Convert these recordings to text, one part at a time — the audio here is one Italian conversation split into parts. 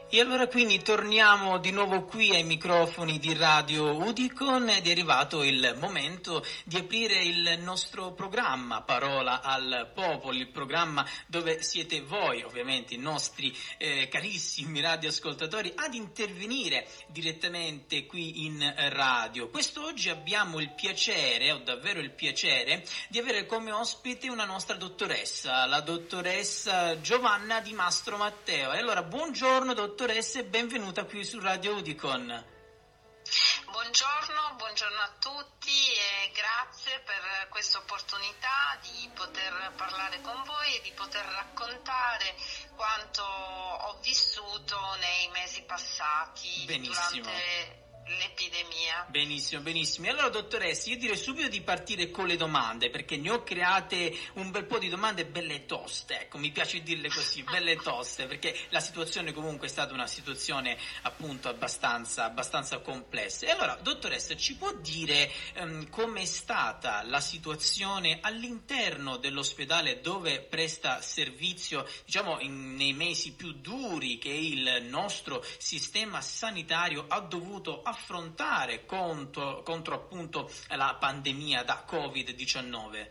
E allora quindi torniamo di nuovo qui ai microfoni di Radio Udicon ed è arrivato il momento di aprire il nostro programma Parola al Popolo, il programma dove siete voi, ovviamente i nostri carissimi radioascoltatori, ad intervenire direttamente qui in radio. Quest'oggi abbiamo il piacere, ho davvero il piacere, di avere come ospite una nostra dottoressa, la dottoressa Giovanna Di Mastro Matteo. E allora buongiorno dottoressa e benvenuta qui su Radio Udicon. Buongiorno a tutti e grazie per questa opportunità di poter parlare con voi e di poter raccontare quanto ho vissuto nei mesi passati. Benissimo. Durante l'epidemia. Benissimo. E allora dottoressa, io direi subito di partire con le domande, perché ne ho create un bel po' di domande belle toste, ecco, mi piace dirle così, belle toste, perché la situazione comunque è stata una situazione appunto abbastanza complessa. E allora, dottoressa, ci può dire com'è stata la situazione all'interno dell'ospedale dove presta servizio, diciamo, nei mesi più duri che il nostro sistema sanitario ha dovuto affrontare contro appunto la pandemia da Covid-19?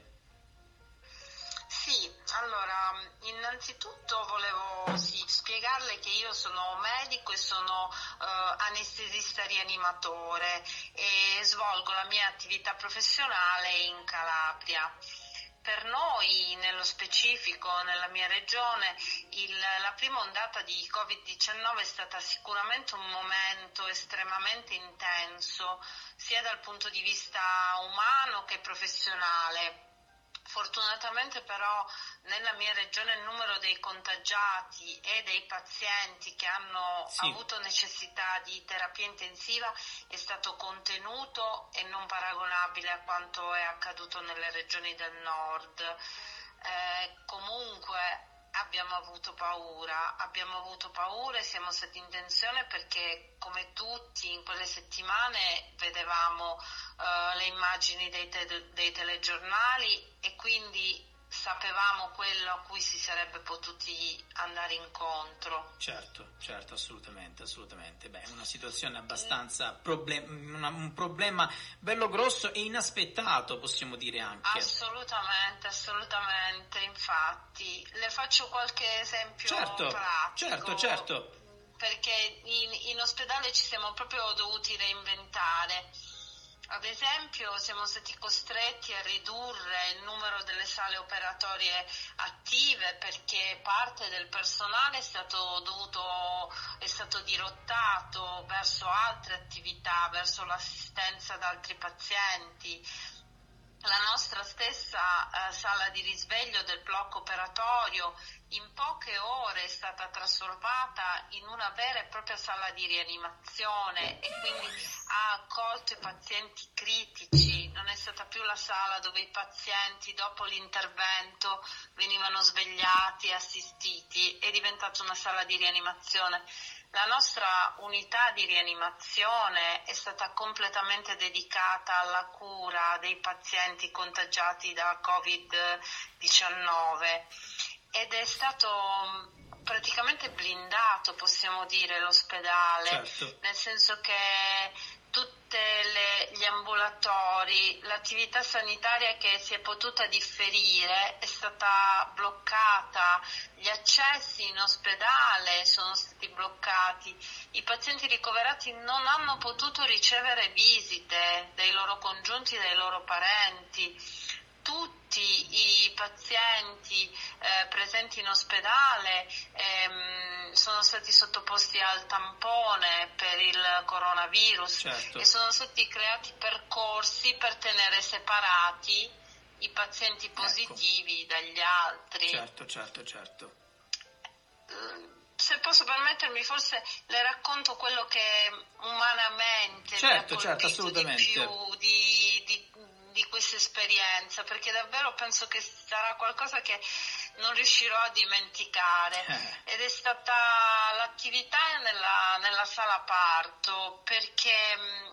Sì, allora, innanzitutto volevo spiegarle che io sono medico e sono anestesista rianimatore e svolgo la mia attività professionale in Calabria. Per noi, nello specifico, nella mia regione, la prima ondata di Covid-19 è stata sicuramente un momento estremamente intenso, sia dal punto di vista umano che professionale. Fortunatamente però nella mia regione il numero dei contagiati e dei pazienti che hanno avuto necessità di terapia intensiva è stato contenuto e non paragonabile a quanto è accaduto nelle regioni del nord. Comunque abbiamo avuto paura e siamo stati in tensione perché come tutti in quelle settimane vedevamo le immagini dei telegiornali e quindi sapevamo quello a cui si sarebbe potuti andare incontro. Certo, assolutamente. Beh, una situazione abbastanza un problema bello grosso e inaspettato, possiamo dire anche. Assolutamente, infatti. Le faccio qualche esempio pratico. Certo. Perché in ospedale ci siamo proprio dovuti reinventare. Ad esempio siamo stati costretti a ridurre il numero delle sale operatorie attive perché parte del personale è stato dirottato verso altre attività, verso l'assistenza ad altri pazienti. La nostra stessa sala di risveglio del blocco operatorio in poche ore è stata trasformata in una vera e propria sala di rianimazione e quindi ha accolto i pazienti critici. Non è stata più la sala dove i pazienti dopo l'intervento venivano svegliati e assistiti, è diventata una sala di rianimazione. La nostra unità di rianimazione è stata completamente dedicata alla cura dei pazienti contagiati da Covid-19 ed è stato praticamente blindato, possiamo dire, l'ospedale, certo. Nel senso che tutti gli ambulatori, l'attività sanitaria che si è potuta differire è stata bloccata, gli accessi in ospedale sono stati bloccati, i pazienti ricoverati non hanno potuto ricevere visite dei loro congiunti, dei loro parenti. Tutti i pazienti presenti in ospedale sono stati sottoposti al tampone per il coronavirus, certo. E sono stati creati percorsi per tenere separati i pazienti positivi dagli altri. Certo. Se posso permettermi, forse le racconto quello che umanamente mi ha colpito assolutamente. di più di questa esperienza, perché davvero penso che sarà qualcosa che non riuscirò a dimenticare ed è stata l'attività nella sala parto, perché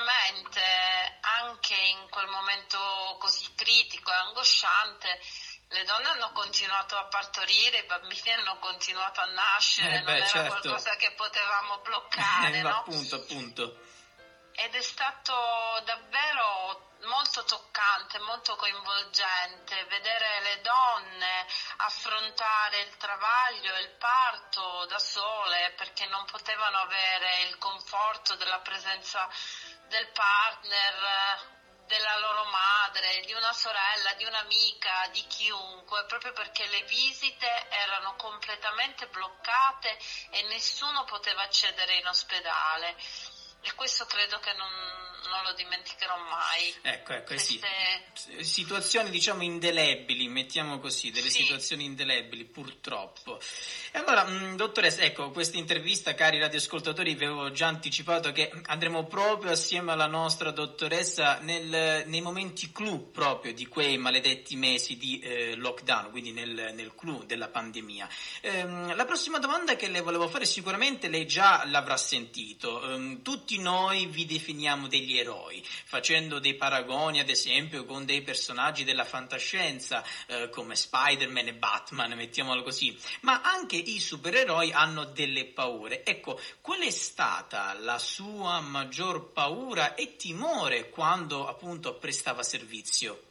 ovviamente anche in quel momento così critico e angosciante le donne hanno continuato a partorire, i bambini hanno continuato a nascere, non era certo. qualcosa che potevamo bloccare, no? Appunto. Ed è stato davvero molto toccante, molto coinvolgente vedere le donne affrontare il travaglio e il parto da sole, perché non potevano avere il conforto della presenza del partner, della loro madre, di una sorella, di un'amica, di chiunque, proprio perché le visite erano completamente bloccate e nessuno poteva accedere in ospedale. E questo credo che non lo dimenticherò mai. Ecco, sì. Situazioni, diciamo, indelebili, mettiamo così, delle situazioni indelebili, purtroppo. E allora, dottoressa, ecco, questa intervista, cari radioascoltatori, vi avevo già anticipato che andremo proprio assieme alla nostra dottoressa nei momenti clou proprio di quei maledetti mesi di lockdown, quindi nel clou della pandemia. La prossima domanda che le volevo fare, sicuramente lei già l'avrà sentito. Tutti noi vi definiamo degli eroi, facendo dei paragoni ad esempio con dei personaggi della fantascienza come Spider-Man e Batman, mettiamolo così, ma anche i supereroi hanno delle paure. Ecco, qual è stata la sua maggior paura e timore quando appunto prestava servizio?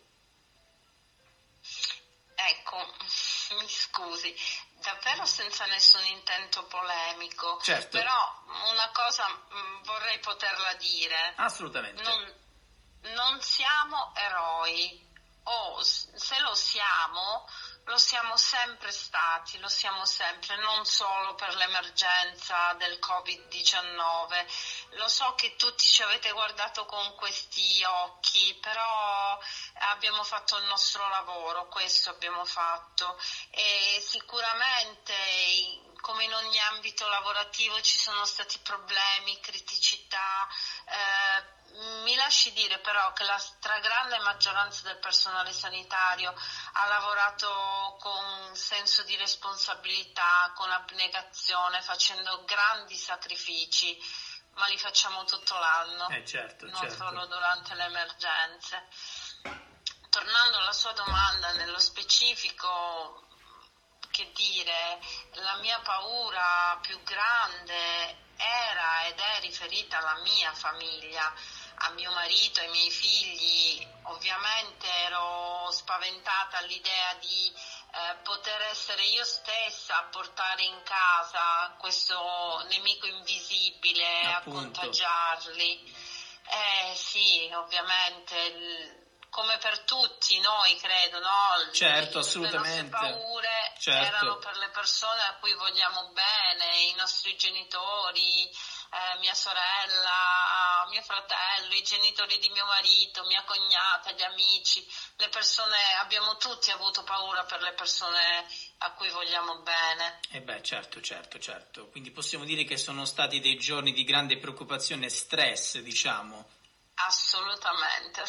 Ecco, mi scusi, davvero senza nessun intento polemico, certo. Però una cosa vorrei poterla dire. Assolutamente. Non siamo eroi, o se lo siamo sempre stati, lo siamo sempre, non solo per l'emergenza del Covid-19. Lo so che tutti ci avete guardato con questi occhi, però abbiamo fatto il nostro lavoro, questo abbiamo fatto, e sicuramente come in ogni ambito lavorativo ci sono stati problemi, criticità. Mi lasci dire però che la stragrande maggioranza del personale sanitario ha lavorato con senso di responsabilità, con abnegazione, facendo grandi sacrifici, ma li facciamo tutto l'anno, certo. solo durante le emergenze. Tornando alla sua domanda nello specifico, che dire, la mia paura più grande era ed è riferita alla mia famiglia, a mio marito, ai miei figli. Ovviamente ero spaventata all'idea di poter essere io stessa a portare in casa questo nemico invisibile, appunto, a contagiarli. Sì, ovviamente, come per tutti noi, credo, no? Certo, assolutamente. Le nostre paure erano per le persone a cui vogliamo bene, i nostri genitori, mia sorella, mio fratello, i genitori di mio marito, mia cognata, gli amici, le persone, abbiamo tutti avuto paura per le persone a cui vogliamo bene. Certo. Quindi possiamo dire che sono stati dei giorni di grande preoccupazione e stress, diciamo. Assolutamente.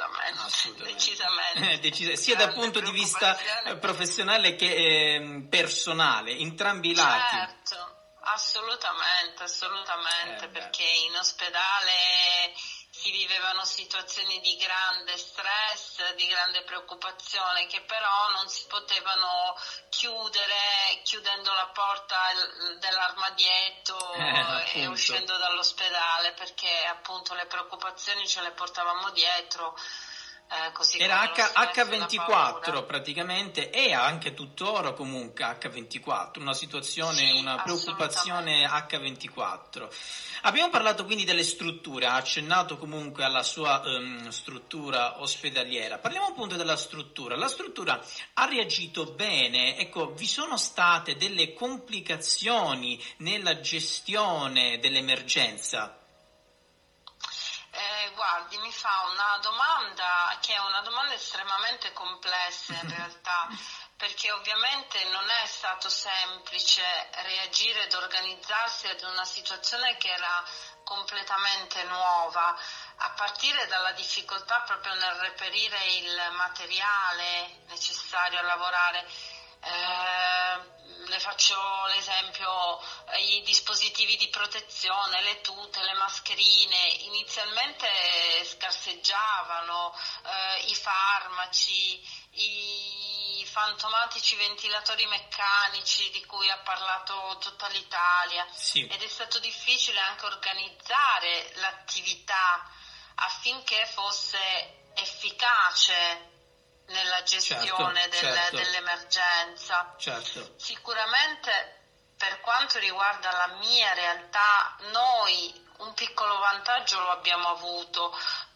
Decisamente. Sia dal punto di vista professionale che personale, entrambi i lati. Certo, assolutamente, perché in ospedale si vivevano situazioni di grande stress, di grande preoccupazione, che però non si potevano chiudere chiudendo la porta dell'armadietto e uscendo dall'ospedale, perché appunto le preoccupazioni ce le portavamo dietro. Così era H24 praticamente, e anche tuttora comunque H24, una situazione, una preoccupazione H24. Abbiamo parlato quindi delle strutture, ha accennato comunque alla sua struttura ospedaliera. Parliamo appunto della struttura. La struttura ha reagito bene, ecco, vi sono state delle complicazioni nella gestione dell'emergenza? Guardi, mi fa una domanda che è una domanda estremamente complessa in realtà, perché ovviamente non è stato semplice reagire ed organizzarsi ad una situazione che era completamente nuova, a partire dalla difficoltà proprio nel reperire il materiale necessario a lavorare. Le faccio l'esempio, i dispositivi di protezione, le tute, le mascherine, inizialmente scarseggiavano, i farmaci fantomatici ventilatori meccanici di cui ha parlato tutta l'Italia, Sì. ed è stato difficile anche organizzare l'attività affinché fosse efficace nella gestione certo. dell'emergenza. Certo. Sicuramente per quanto riguarda la mia realtà, noi un piccolo vantaggio lo abbiamo avuto,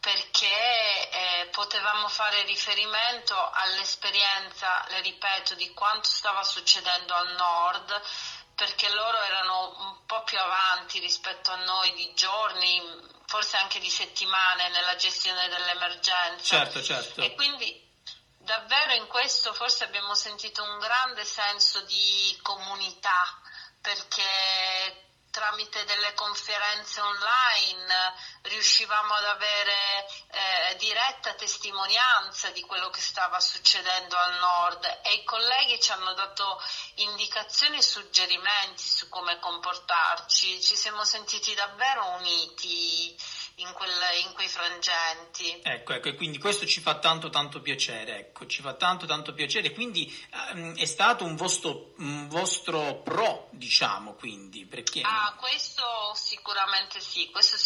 perché potevamo fare riferimento all'esperienza, le ripeto, di quanto stava succedendo al nord, perché loro erano un po' più avanti rispetto a noi di giorni, forse anche di settimane nella gestione dell'emergenza. Certo. E quindi davvero in questo forse abbiamo sentito un grande senso di comunità, perché tramite delle conferenze online riuscivamo ad avere diretta testimonianza di quello che stava succedendo al nord, e i colleghi ci hanno dato indicazioni e suggerimenti su come comportarci. Ci siamo sentiti davvero uniti in quei frangenti. Ecco, e quindi questo ci fa tanto piacere, ci fa tanto piacere, quindi è stato un vostro pro, diciamo, quindi, perché... Questo sicuramente sì,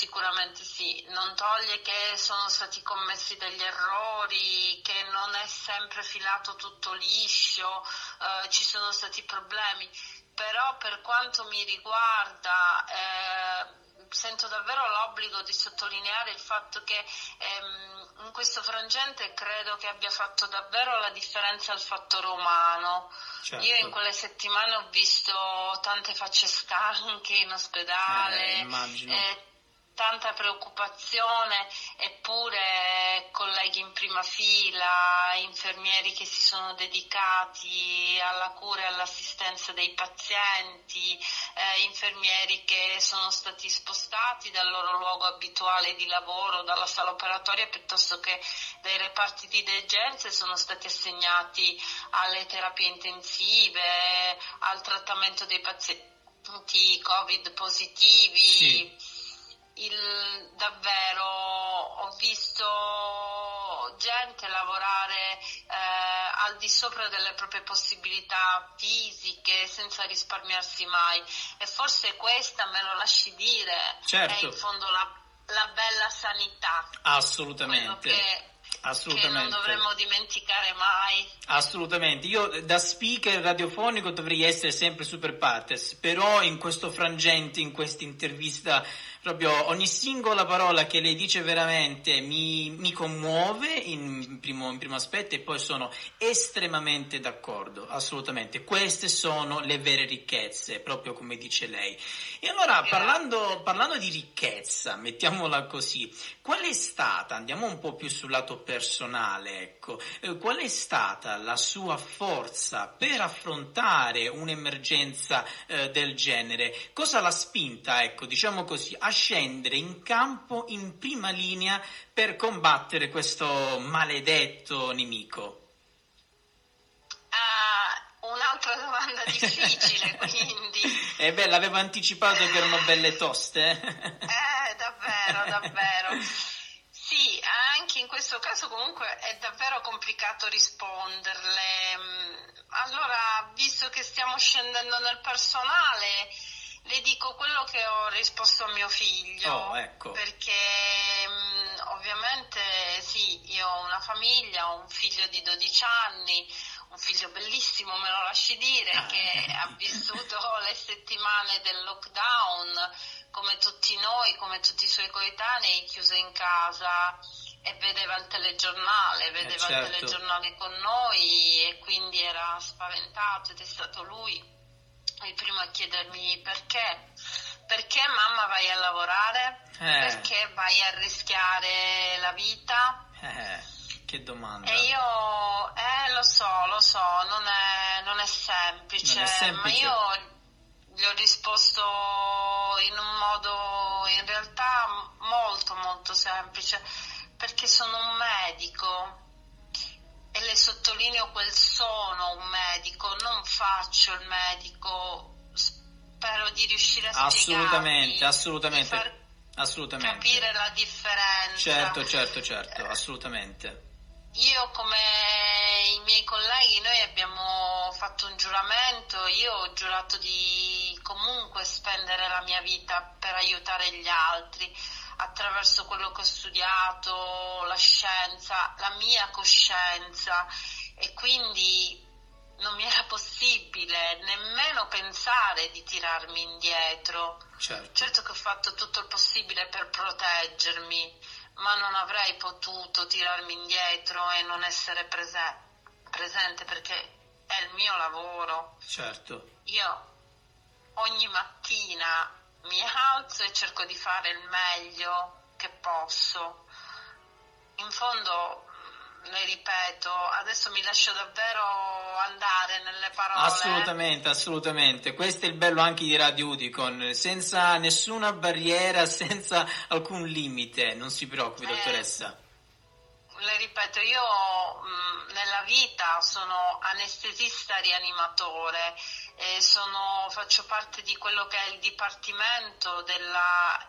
non toglie che sono stati commessi degli errori, che non è sempre filato tutto liscio, ci sono stati problemi, però per quanto mi riguarda sento davvero l'obbligo di sottolineare il fatto che in questo frangente credo che abbia fatto davvero la differenza il fattore umano. Certo. Io in quelle settimane ho visto tante facce stanche in ospedale, immagino. Tanta preoccupazione, eppure colleghi in prima fila, infermieri che si sono dedicati alla cura e all'assistenza dei pazienti, infermieri che sono stati spostati dal loro luogo abituale di lavoro, dalla sala operatoria piuttosto che dai reparti di degenze, sono stati assegnati alle terapie intensive, al trattamento dei pazienti Covid positivi. Sì. Davvero ho visto gente lavorare al di sopra delle proprie possibilità fisiche senza risparmiarsi mai, e forse questa, me lo lasci dire, certo, è in fondo la bella sanità. Assolutamente. Che non dovremmo dimenticare mai. Assolutamente, io da speaker radiofonico dovrei essere sempre super partes, però in questo frangente, in questa intervista, proprio ogni singola parola che lei dice veramente mi commuove in primo aspetto, e poi sono estremamente d'accordo, assolutamente. Queste sono le vere ricchezze, proprio come dice lei. E allora, parlando di ricchezza, mettiamola così, qual è stata, andiamo un po' più sul lato personale, ecco, qual è stata la sua forza per affrontare un'emergenza del genere? Cosa l'ha spinta, ecco, diciamo così, a scendere in campo in prima linea per combattere questo maledetto nemico? Un'altra domanda difficile, quindi. L'avevo anticipato che erano belle toste. Davvero. Sì, anche in questo caso comunque è davvero complicato risponderle. Allora, visto che stiamo scendendo nel personale, le dico quello che ho risposto a mio figlio, ecco. Perché ovviamente sì, io ho una famiglia, ho un figlio di 12 anni, un figlio bellissimo, me lo lasci dire, che ha vissuto le settimane del lockdown come tutti noi, come tutti i suoi coetanei, chiuso in casa, e vedeva il telegiornale, il telegiornale con noi, e quindi era spaventato, ed è stato lui il primo a chiedermi perché mamma vai a lavorare, perché vai a rischiare la vita. Che domanda. E io lo so, non è semplice, ma io gli ho risposto in un modo in realtà molto molto semplice, perché sono un medico. E le sottolineo quel sono un medico, non faccio il medico, spero di riuscire a spiegarvi, assolutamente. capire la differenza. Certo, assolutamente. Io come i miei colleghi, noi abbiamo fatto un giuramento, io ho giurato di comunque spendere la mia vita per aiutare gli altri attraverso quello che ho studiato, la scienza, la mia coscienza, e quindi non mi era possibile nemmeno pensare di tirarmi indietro. Certo che ho fatto tutto il possibile per proteggermi, ma non avrei potuto tirarmi indietro e non essere presente, perché è il mio lavoro. Certo. Io ogni mattina mi alzo e cerco di fare il meglio che posso. In fondo, le ripeto, adesso mi lascio davvero andare nelle parole. Assolutamente. Questo è il bello anche di Radio Udicon, senza nessuna barriera, senza alcun limite. Non si preoccupi, dottoressa. Le ripeto, io nella vita sono anestesista rianimatore, faccio parte di quello che è il dipartimento della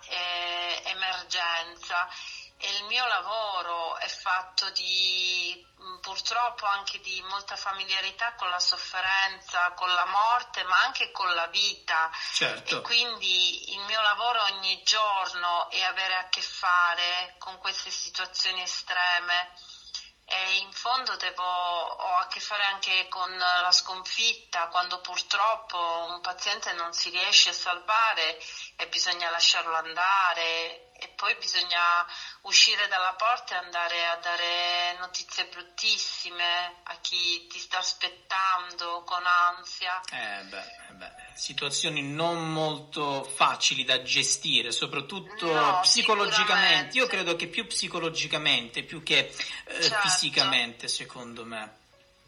emergenza, e il mio lavoro è fatto di purtroppo anche di molta familiarità con la sofferenza, con la morte, ma anche con la vita. Certo. E quindi il mio lavoro ogni giorno è avere a che fare con queste situazioni estreme, e in fondo ho a che fare anche con la sconfitta, quando purtroppo un paziente non si riesce a salvare e bisogna lasciarlo andare, e poi bisogna uscire dalla porta e andare a dare notizie bruttissime a chi ti sta aspettando con ansia. Situazioni non molto facili da gestire, soprattutto psicologicamente. Io credo che più psicologicamente, più che fisicamente, secondo me.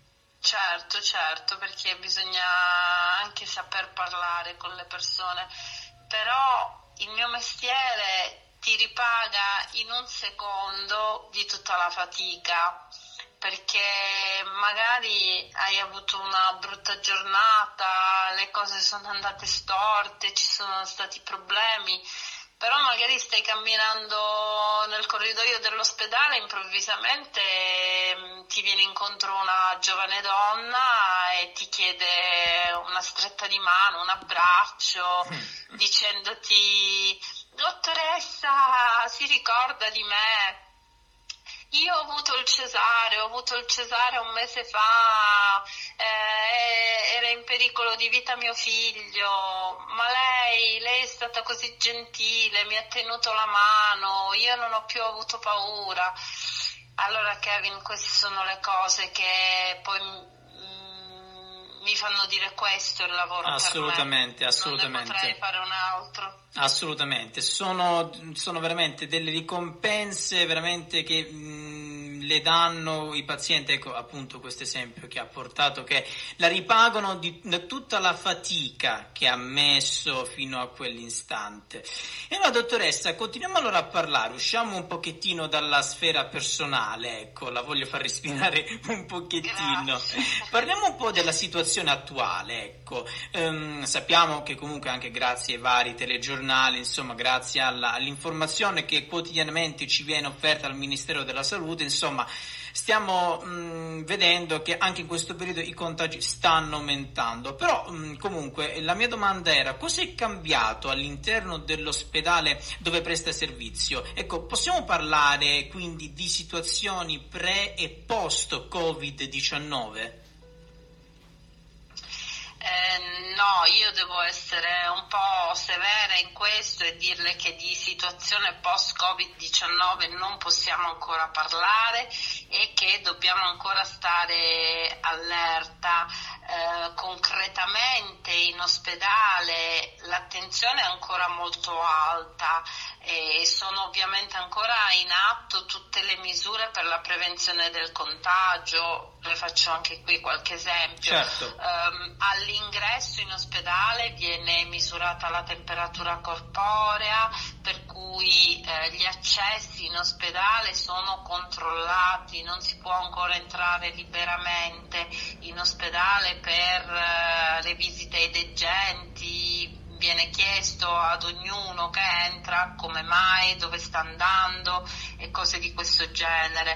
Certo, perché bisogna anche saper parlare con le persone, però il mio mestiere ti ripaga in un secondo di tutta la fatica, perché magari hai avuto una brutta giornata, le cose sono andate storte, ci sono stati problemi, però magari stai camminando nel corridoio dell'ospedale e improvvisamente ti viene incontro una giovane donna e ti chiede una stretta di mano, un abbraccio, dicendoti: dottoressa, si ricorda di me? Io ho avuto il cesareo un mese fa, era in pericolo di vita mio figlio, ma lei è stata così gentile, mi ha tenuto la mano, io non ho più avuto paura. Allora, Kevin, queste sono le cose che poi mi fanno dire: questo è il lavoro assolutamente, per me. Non ne potrei fare un altro. Assolutamente, sono veramente delle ricompense veramente che le danno i pazienti. Ecco appunto questo esempio che ha portato, che la ripagano di tutta la fatica che ha messo fino a quell'istante. E allora, dottoressa, continuiamo allora a parlare, usciamo un pochettino dalla sfera personale, ecco, la voglio far respirare un pochettino. Grazie. Parliamo un po' della situazione attuale, ecco. Sappiamo che comunque anche grazie ai vari telegiornali, insomma grazie all'informazione che quotidianamente ci viene offerta dal Ministero della Salute, insomma stiamo vedendo che anche in questo periodo i contagi stanno aumentando. Però comunque la mia domanda era: cosa è cambiato all'interno dell'ospedale dove presta servizio? Ecco, possiamo parlare quindi di situazioni pre e post Covid-19? No, io devo essere un po' severa in questo e dirle che di situazione post-Covid-19 non possiamo ancora parlare e che dobbiamo ancora stare allerta. Concretamente in ospedale l'attenzione è ancora molto alta e sono ovviamente ancora in atto tutte le misure per la prevenzione del contagio. Le faccio anche qui qualche esempio. Certo. All'ingresso in ospedale viene misurata la temperatura corporea, per cui gli accessi in ospedale sono controllati, non si può ancora entrare liberamente in ospedale per le visite ai degenti. Viene chiesto ad ognuno che entra come mai, dove sta andando e cose di questo genere.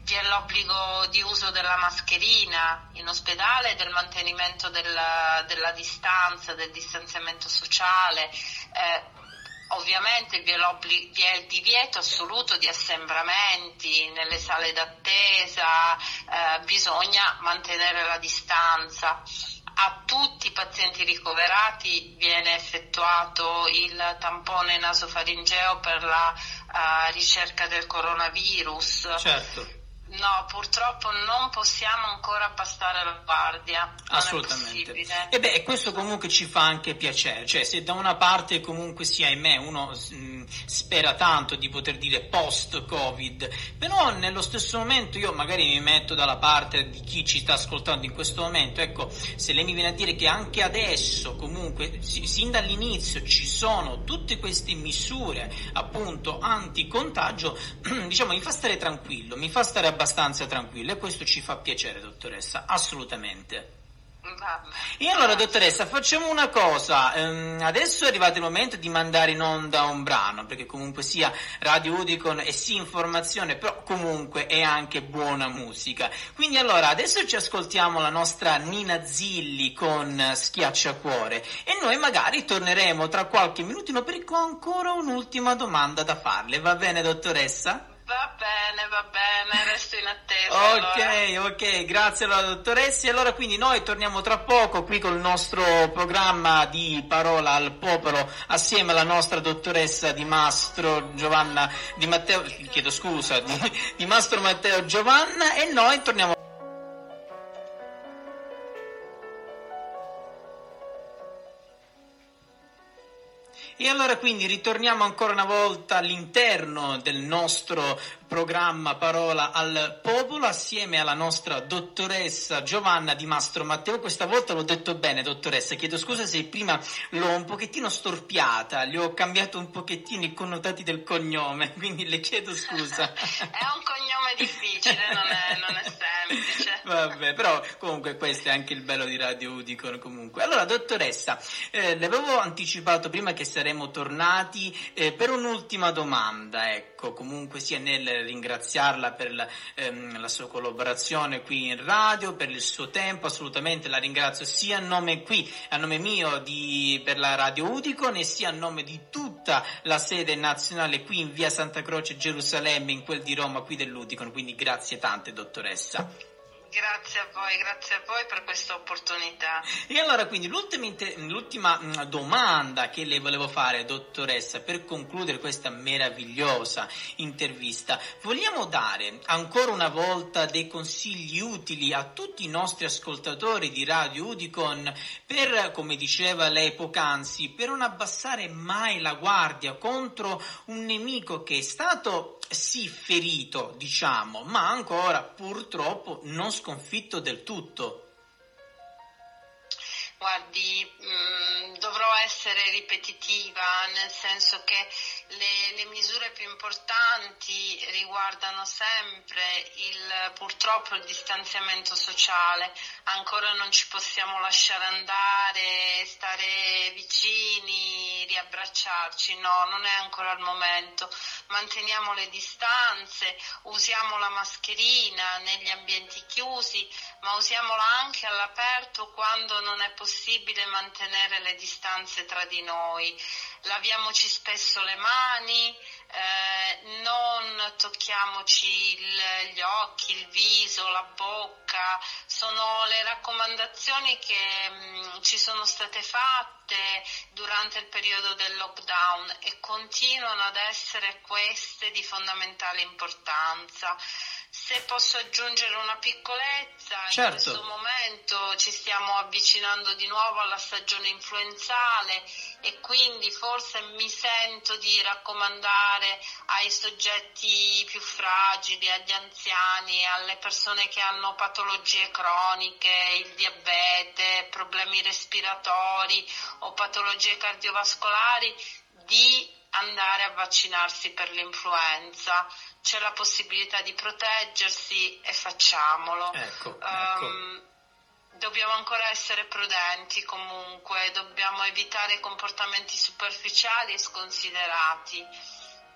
vi è l'obbligo di uso della mascherina in ospedale, del mantenimento della distanza, del distanziamento sociale. Ovviamente vi è il divieto assoluto di assembramenti nelle sale d'attesa, bisogna mantenere la distanza. A tutti i pazienti ricoverati viene effettuato il tampone nasofaringeo per la ricerca del coronavirus. Certo. No, purtroppo non possiamo ancora abbassare la guardia. Assolutamente. E questo comunque ci fa anche piacere, cioè se da una parte comunque sia, ahimè, uno spera tanto di poter dire post-Covid, però nello stesso momento io magari mi metto dalla parte di chi ci sta ascoltando in questo momento, ecco, se lei mi viene a dire che anche adesso comunque, sin dall'inizio ci sono tutte queste misure appunto anticontagio, diciamo mi fa stare tranquillo, mi fa stare abbastanza tranquillo e questo ci fa piacere, dottoressa, assolutamente. E allora, dottoressa, facciamo una cosa, adesso è arrivato il momento di mandare in onda un brano, perché comunque sia Radio Udicon è sì informazione, però comunque è anche buona musica. Quindi allora, adesso ci ascoltiamo la nostra Nina Zilli con Schiacciacuore e noi magari torneremo tra qualche minutino perché ho ancora un'ultima domanda da farle, va bene, dottoressa? Va bene, resto in attesa. Ok, grazie alla dottoressa. E allora quindi noi torniamo tra poco qui col nostro programma di Parola al Popolo assieme alla nostra dottoressa Di Mastro Giovanna, di Mastro Matteo Giovanna e noi torniamo. E allora quindi ritorniamo ancora una volta all'interno del nostro programma Parola al Popolo assieme alla nostra dottoressa Giovanna Di Mastro Matteo. Questa volta l'ho detto bene, dottoressa, chiedo scusa se prima l'ho un pochettino storpiata, gli ho cambiato un pochettino i connotati del cognome, quindi le chiedo scusa. È un cognome difficile, non è semplice. Vabbè, però comunque questo è anche il bello di Radio Udicon comunque. Allora, dottoressa, le avevo anticipato prima che saremmo tornati per un'ultima domanda, ecco, comunque sia nel ringraziarla per la sua collaborazione qui in radio, per il suo tempo, assolutamente la ringrazio sia a nome mio per la Radio Udicon e sia a nome di tutta la sede nazionale qui in via Santa Croce Gerusalemme, in quel di Roma qui dell'Udicon, quindi grazie tante, dottoressa. Grazie a voi per questa opportunità. E allora quindi l'ultima domanda che le volevo fare, dottoressa, per concludere questa meravigliosa intervista, vogliamo dare ancora una volta dei consigli utili a tutti i nostri ascoltatori di Radio Udicon per, come diceva lei poc'anzi, per non abbassare mai la guardia contro un nemico che è stato sì ferito, diciamo, ma ancora purtroppo non sconfitto del tutto. Guardi, dovrò essere ripetitiva, nel senso che le misure più importanti riguardano sempre purtroppo il distanziamento sociale. Ancora non ci possiamo lasciare andare, stare vicini, riabbracciarci, no, non è ancora il momento. Manteniamo le distanze, usiamo la mascherina negli ambienti chiusi, ma usiamola anche all'aperto quando non è possibile mantenere le distanze tra di noi. Laviamoci spesso le mani, non tocchiamoci gli occhi, il viso, la bocca. Sono le raccomandazioni che ci sono state fatte durante il periodo del lockdown e continuano ad essere queste di fondamentale importanza. Se posso aggiungere una piccolezza, certo. In questo momento ci stiamo avvicinando di nuovo alla stagione influenzale e quindi forse mi sento di raccomandare ai soggetti più fragili, agli anziani, alle persone che hanno patologie croniche, il diabete, problemi respiratori o patologie cardiovascolari, di andare a vaccinarsi per l'influenza. C'è la possibilità di proteggersi e facciamolo. Ecco. Dobbiamo ancora essere prudenti comunque, dobbiamo evitare comportamenti superficiali e sconsiderati.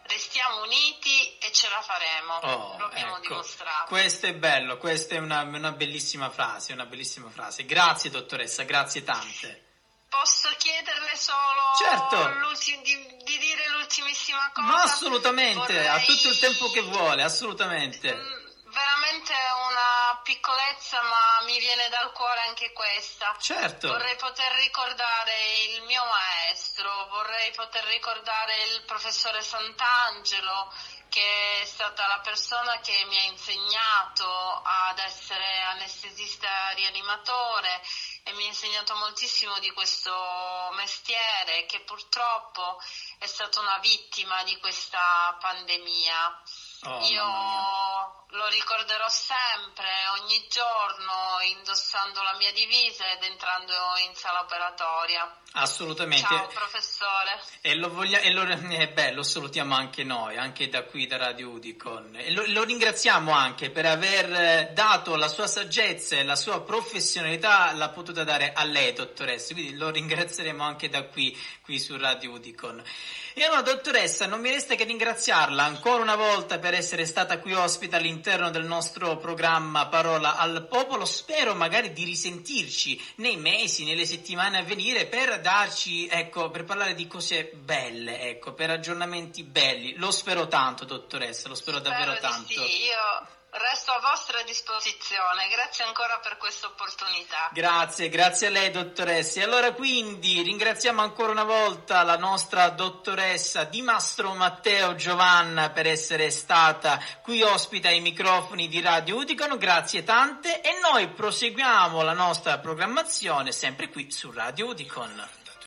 restiamo uniti e ce la faremo, lo abbiamo ecco, dimostrato. Questo è bello, questa è una bellissima frase, Grazie dottoressa, grazie tante. Posso chiederle solo certo. di dire l'ultimissima cosa? Ma assolutamente, ha tutto il tempo che vuole, assolutamente. Veramente una piccolezza, ma mi viene dal cuore anche questa. Certo. Vorrei poter ricordare il mio maestro, vorrei poter ricordare il professore Sant'Angelo, che è stata la persona che mi ha insegnato ad essere anestesista rianimatore e mi ha insegnato moltissimo di questo mestiere, che purtroppo è stata una vittima di questa pandemia. Io lo ricorderò sempre, ogni giorno, indossando la mia divisa ed entrando in sala operatoria. Assolutamente. Ciao professore. E lo salutiamo anche noi, anche da qui da Radio Udicon. E lo ringraziamo anche per aver dato la sua saggezza e la sua professionalità, l'ha potuta dare a lei, dottoressa. Quindi lo ringrazieremo anche da qui su Radio Udicon. E allora, dottoressa, non mi resta che ringraziarla ancora una volta per essere stata qui ospite all'interno del nostro programma Parola al Popolo. Spero magari di risentirci nei mesi, nelle settimane a venire per darci, per parlare di cose belle, per aggiornamenti belli. Lo spero tanto, dottoressa, lo spero davvero tanto. Sì, io resto a vostra disposizione, grazie ancora per questa opportunità. Grazie a lei, dottoressa. E allora quindi ringraziamo ancora una volta la nostra dottoressa Di Mastro Matteo Giovanna per essere stata qui ospite ai microfoni di Radio Udicon, grazie tante, e noi proseguiamo la nostra programmazione sempre qui su Radio Udicon.